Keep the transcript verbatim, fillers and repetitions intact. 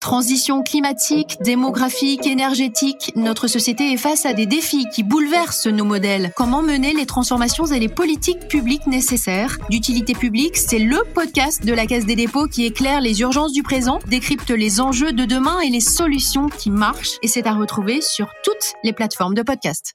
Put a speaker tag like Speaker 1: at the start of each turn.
Speaker 1: Transition climatique, démographique, énergétique, notre société est face à des défis qui bouleversent nos modèles. Comment mener les transformations et les politiques publiques nécessaires? D'utilité publique, c'est le podcast de la Caisse des dépôts qui éclaire les urgences du présent, décrypte les enjeux de demain et les solutions qui marchent. Et c'est à retrouver sur toutes les plateformes de podcast.